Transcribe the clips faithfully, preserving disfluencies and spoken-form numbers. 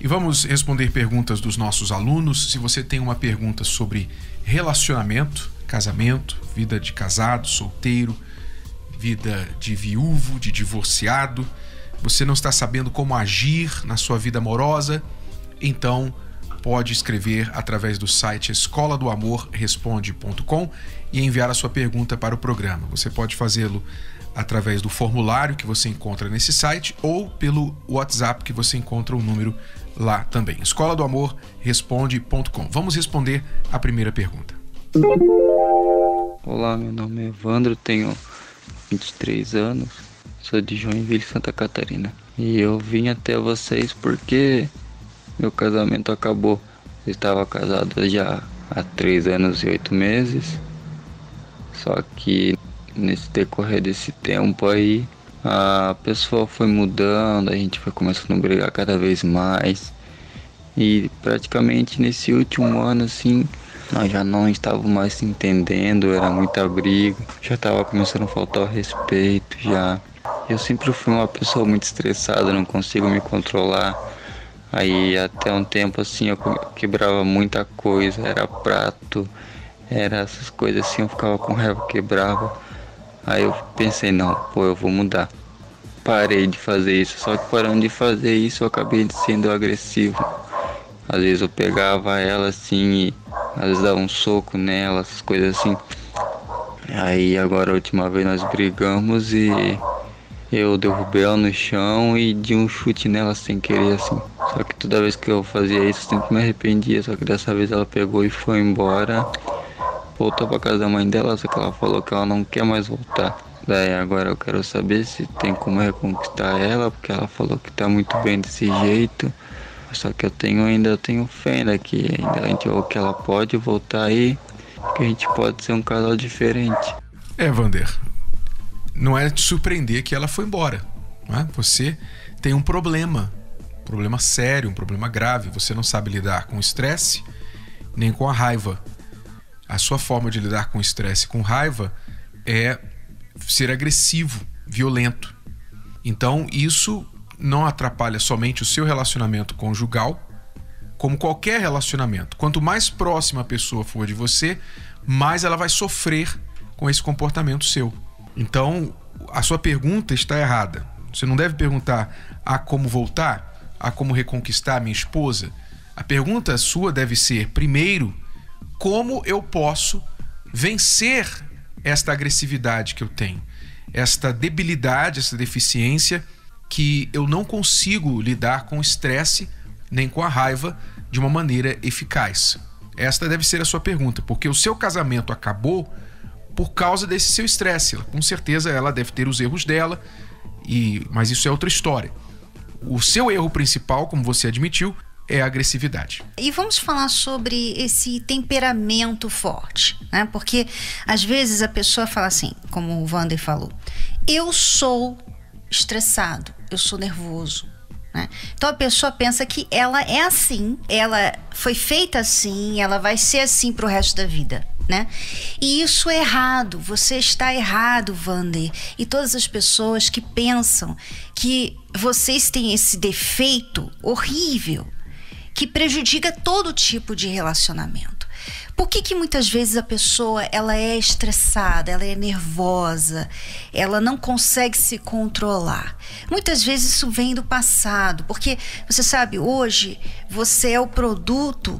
E vamos responder perguntas dos nossos alunos. Se você tem uma pergunta sobre relacionamento, casamento, vida de casado, solteiro, vida de viúvo, de divorciado, você não está sabendo como agir na sua vida amorosa, então pode escrever através do site escola do amor responde ponto com e enviar a sua pergunta para o programa. Você pode fazê-lo através do formulário que você encontra nesse site ou pelo WhatsApp que você encontra o número lá também. escola do amor responde ponto com. Vamos responder a primeira pergunta. Olá, meu nome é Evandro, tenho vinte e três anos, sou de Joinville, Santa Catarina. E eu vim até vocês porque meu casamento acabou. Eu estava casado já há três anos e oito meses. Só que nesse decorrer desse tempo aí, a pessoa foi mudando, a gente foi começando a brigar cada vez mais. E praticamente nesse último ano, assim, nós já não estávamos mais se entendendo, era muita briga, já estava começando a faltar o respeito já. Eu sempre fui uma pessoa muito estressada, não consigo me controlar. Aí até um tempo assim eu quebrava muita coisa, era prato, era essas coisas assim, eu ficava com raiva, quebrava. Aí eu pensei, não, pô, eu vou mudar. Parei de fazer isso, só que parando de fazer isso eu acabei sendo agressivo. Às vezes eu pegava ela assim e às vezes dava um soco nela, essas coisas assim. Aí agora a última vez nós brigamos e eu derrubei ela no chão e dei um chute nela sem querer assim. Só que toda vez que eu fazia isso eu sempre me arrependia, só que dessa vez ela pegou e foi embora. Voltou pra casa da mãe dela, só que ela falou que ela não quer mais voltar. Daí agora eu quero saber se tem como reconquistar ela, porque ela falou que tá muito bem desse jeito. Só que eu tenho ainda eu tenho fé ainda que ainda a gente, ou que ela pode voltar aí, que a gente pode ser um casal diferente. É, Vander, não é de surpreender que ela foi embora, não é? Você tem um problema, um problema sério, um problema grave. Você não sabe lidar com o estresse nem com a raiva. A sua forma de lidar com estresse e com raiva é ser agressivo, violento. Então isso não atrapalha somente o seu relacionamento conjugal, como qualquer relacionamento. Quanto mais próxima a pessoa for de você, mais ela vai sofrer com esse comportamento seu. Então, a sua pergunta está errada. Você não deve perguntar a como voltar, a como reconquistar minha esposa. A pergunta sua deve ser, primeiro, como eu posso vencer esta agressividade que eu tenho, esta debilidade, essa deficiência que eu não consigo lidar com o estresse nem com a raiva de uma maneira eficaz. Esta deve ser a sua pergunta, porque o seu casamento acabou por causa desse seu estresse. Com certeza ela deve ter os erros dela, e, mas isso é outra história. O seu erro principal, como você admitiu, é a agressividade. E vamos falar sobre esse temperamento forte, né? Porque às vezes a pessoa fala assim, como o Vander falou, eu sou estressado, eu sou nervoso, né? Então a pessoa pensa que ela é assim, ela foi feita assim, ela vai ser assim pro resto da vida, né? E isso é errado, você está errado, Vander, e todas as pessoas que pensam que vocês têm esse defeito horrível que prejudica todo tipo de relacionamento. Por que que muitas vezes a pessoa ela é estressada, ela é nervosa, ela não consegue se controlar? Muitas vezes isso vem do passado, porque você sabe, hoje você é o produto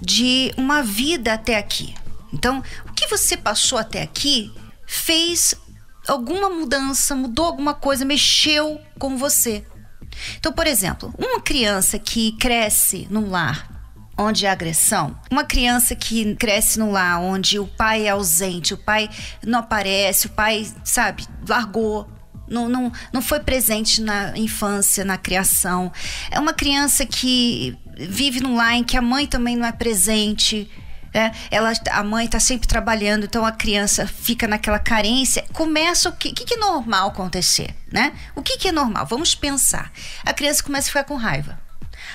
de uma vida até aqui. Então, o que você passou até aqui fez alguma mudança, mudou alguma coisa, mexeu com você. Então, por exemplo, uma criança que cresce num lar onde há agressão, uma criança que cresce num lar onde o pai é ausente, o pai não aparece, o pai, sabe, largou, não, não, não foi presente na infância, na criação. É uma criança que vive num lar em que a mãe também não é presente, né? Ela, a mãe está sempre trabalhando, então a criança fica naquela carência. Começa o que, o que, que é normal acontecer, né? O que, que é normal? Vamos pensar. A criança começa a ficar com raiva.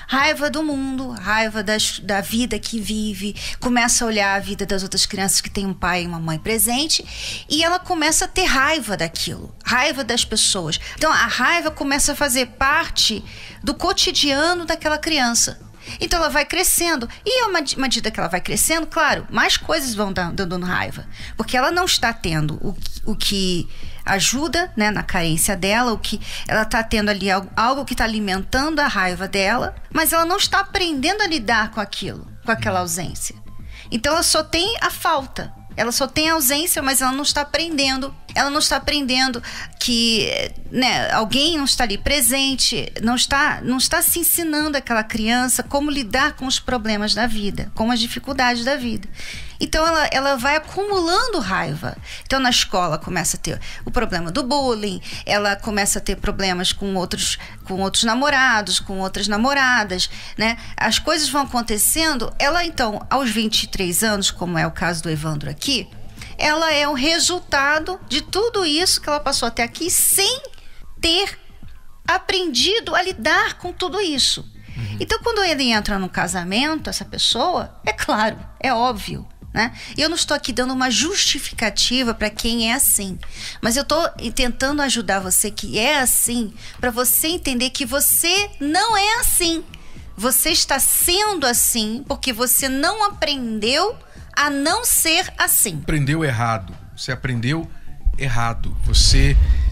Raiva do mundo, raiva das, da vida que vive, começa a olhar a vida das outras crianças que tem um pai e uma mãe presente, e ela começa a ter raiva daquilo, raiva das pessoas. Então a raiva começa a fazer parte do cotidiano daquela criança. Então ela vai crescendo, e à medida que ela vai crescendo, claro, mais coisas vão dando raiva, porque ela não está tendo o, o que ajuda, né, na carência dela, o que ela está tendo ali, algo, algo que está alimentando a raiva dela, mas ela não está aprendendo a lidar com aquilo, com aquela ausência. Então ela só tem a falta. Ela só tem ausência, mas ela não está aprendendo. Ela não está aprendendo que, né, alguém não está ali presente, não está, não está se ensinando àquela criança como lidar com os problemas da vida, com as dificuldades da vida. Então ela, ela vai acumulando raiva. Então na escola começa a ter o problema do bullying, ela começa a ter problemas com outros, com outros namorados, com outras namoradas, né? As coisas vão acontecendo. Ela então, aos vinte e três anos, como é o caso do Evandro aqui, ela é o resultado de tudo isso que ela passou até aqui sem ter aprendido a lidar com tudo isso. Uhum. Então quando ele entra no casamento, essa pessoa, é claro, é óbvio, né? Eu não estou aqui dando uma justificativa para quem é assim, mas eu estou tentando ajudar você que é assim, para você entender que você não é assim. Você está sendo assim porque você não aprendeu a não ser assim. Aprendeu errado. Você aprendeu errado. Você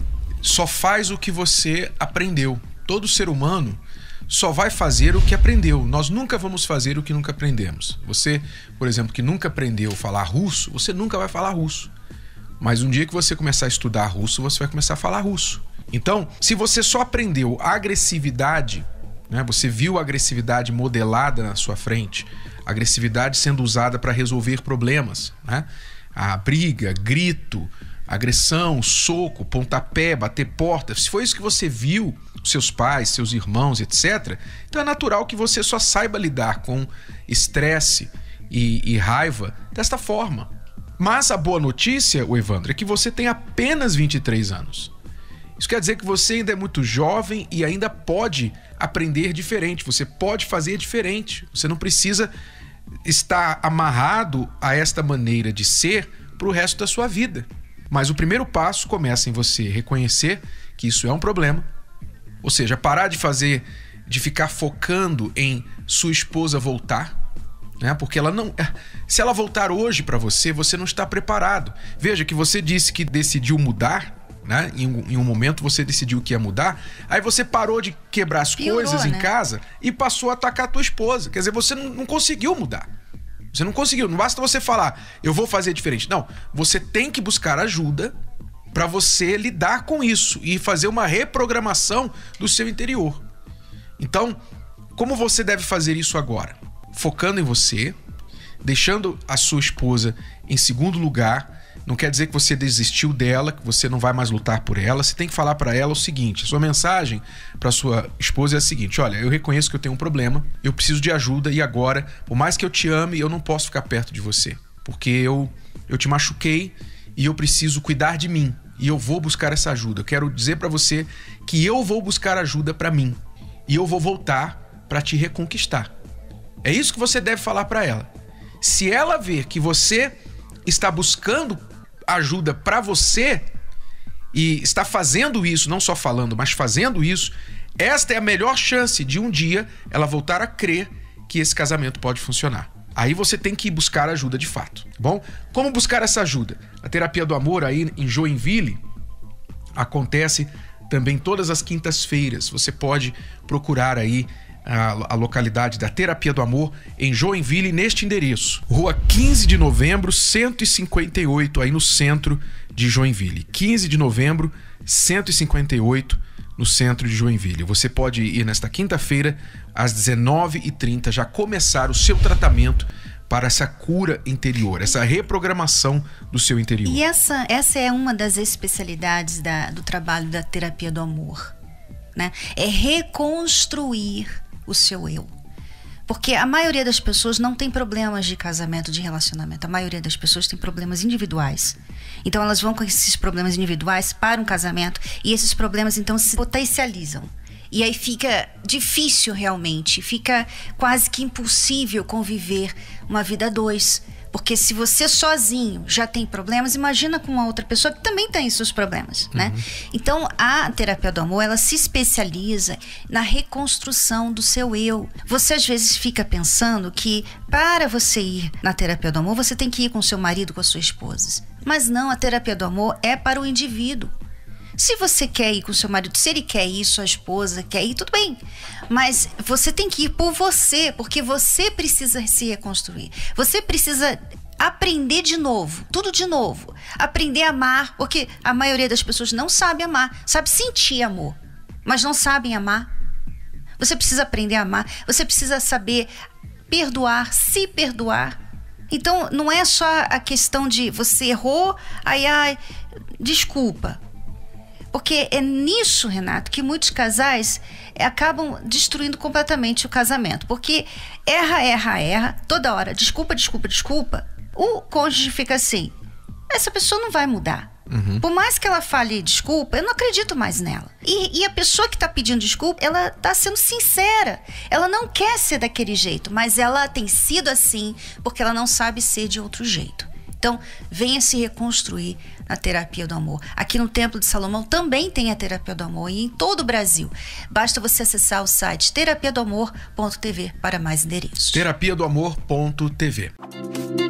só faz o que você aprendeu. Todo ser humano só vai fazer o que aprendeu. Nós nunca vamos fazer o que nunca aprendemos. Você, por exemplo, que nunca aprendeu a falar russo, você nunca vai falar russo. Mas um dia que você começar a estudar russo, você vai começar a falar russo. Então, se você só aprendeu agressividade, né, você viu a agressividade modelada na sua frente, agressividade sendo usada para resolver problemas, né? A briga, grito, agressão, soco, pontapé, bater porta. Se foi isso que você viu, seus pais, seus irmãos, etcétera, então é natural que você só saiba lidar com estresse e, e raiva desta forma. Mas a boa notícia, o Evandro, é que você tem apenas vinte e três anos. Isso quer dizer que você ainda é muito jovem e ainda pode aprender diferente, você pode fazer diferente. Você não precisa estar amarrado a esta maneira de ser para o resto da sua vida. Mas o primeiro passo começa em você reconhecer que isso é um problema, ou seja, parar de fazer, de ficar focando em sua esposa voltar, né? Porque ela não, se ela voltar hoje para você, você não está preparado. Veja que você disse que decidiu mudar, né? Em um, em um momento você decidiu que ia mudar, aí você parou de quebrar as Piorou, coisas em né? casa e passou a atacar a tua esposa. Quer dizer, você não, não conseguiu mudar. Você não conseguiu. Não basta você falar, eu vou fazer diferente. Não, você tem que buscar ajuda para você lidar com isso e fazer uma reprogramação do seu interior. Então, como você deve fazer isso agora? Focando em você, deixando a sua esposa em segundo lugar. Não quer dizer que você desistiu dela, que você não vai mais lutar por ela. Você tem que falar para ela o seguinte, a sua mensagem para sua esposa é a seguinte: olha, eu reconheço que eu tenho um problema, eu preciso de ajuda e agora, por mais que eu te ame, eu não posso ficar perto de você, porque eu, eu te machuquei e eu preciso cuidar de mim e eu vou buscar essa ajuda. Eu quero dizer para você que eu vou buscar ajuda para mim e eu vou voltar para te reconquistar. É isso que você deve falar para ela. Se ela ver que você está buscando ajuda para você e está fazendo isso, não só falando, mas fazendo isso, esta é a melhor chance de um dia ela voltar a crer que esse casamento pode funcionar. Aí você tem que buscar ajuda de fato, bom? Como buscar essa ajuda? A terapia do amor aí em Joinville acontece também todas as quintas-feiras. Você pode procurar aí A, a localidade da Terapia do Amor em Joinville, neste endereço, Rua quinze de novembro, cento e cinquenta e oito, aí no centro de Joinville. quinze de novembro, cento e cinquenta e oito, no centro de Joinville. Você pode ir nesta quinta-feira, às dezenove e trinta, já começar o seu tratamento para essa cura interior, essa reprogramação do seu interior. E essa, essa é uma das especialidades da, do trabalho da Terapia do Amor, né? É reconstruir o seu eu. Porque a maioria das pessoas não tem problemas de casamento, de relacionamento. A maioria das pessoas tem problemas individuais. Então elas vão com esses problemas individuais para um casamento e esses problemas então se potencializam. E aí fica difícil realmente, fica quase que impossível conviver uma vida a dois. Porque se você sozinho já tem problemas, imagina com uma outra pessoa que também tem seus problemas, né? Uhum. Então, a terapia do amor, ela se especializa na reconstrução do seu eu. Você às vezes fica pensando que para você ir na terapia do amor, você tem que ir com seu marido, com a sua esposa. Mas não, a terapia do amor é para o indivíduo. Se você quer ir com seu marido, se ele quer ir, sua esposa quer ir, tudo bem. Mas você tem que ir por você, porque você precisa se reconstruir. Você precisa aprender de novo, tudo de novo. Aprender a amar, porque a maioria das pessoas não sabe amar, sabe sentir amor, mas não sabem amar. Você precisa aprender a amar, você precisa saber perdoar, se perdoar. Então, não é só a questão de você errou, aí, ai, desculpa. Porque é nisso, Renato, que muitos casais acabam destruindo completamente o casamento. Porque erra, erra, erra, toda hora, desculpa, desculpa, desculpa. O cônjuge fica assim, essa pessoa não vai mudar. Uhum. Por mais que ela fale desculpa, eu não acredito mais nela. E, e a pessoa que está pedindo desculpa, ela está sendo sincera. Ela não quer ser daquele jeito, mas ela tem sido assim porque ela não sabe ser de outro jeito. Então, venha se reconstruir na terapia do amor. Aqui no Templo de Salomão também tem a terapia do amor e em todo o Brasil. Basta você acessar o site terapia do amor ponto t v para mais endereços. terapia do amor ponto t v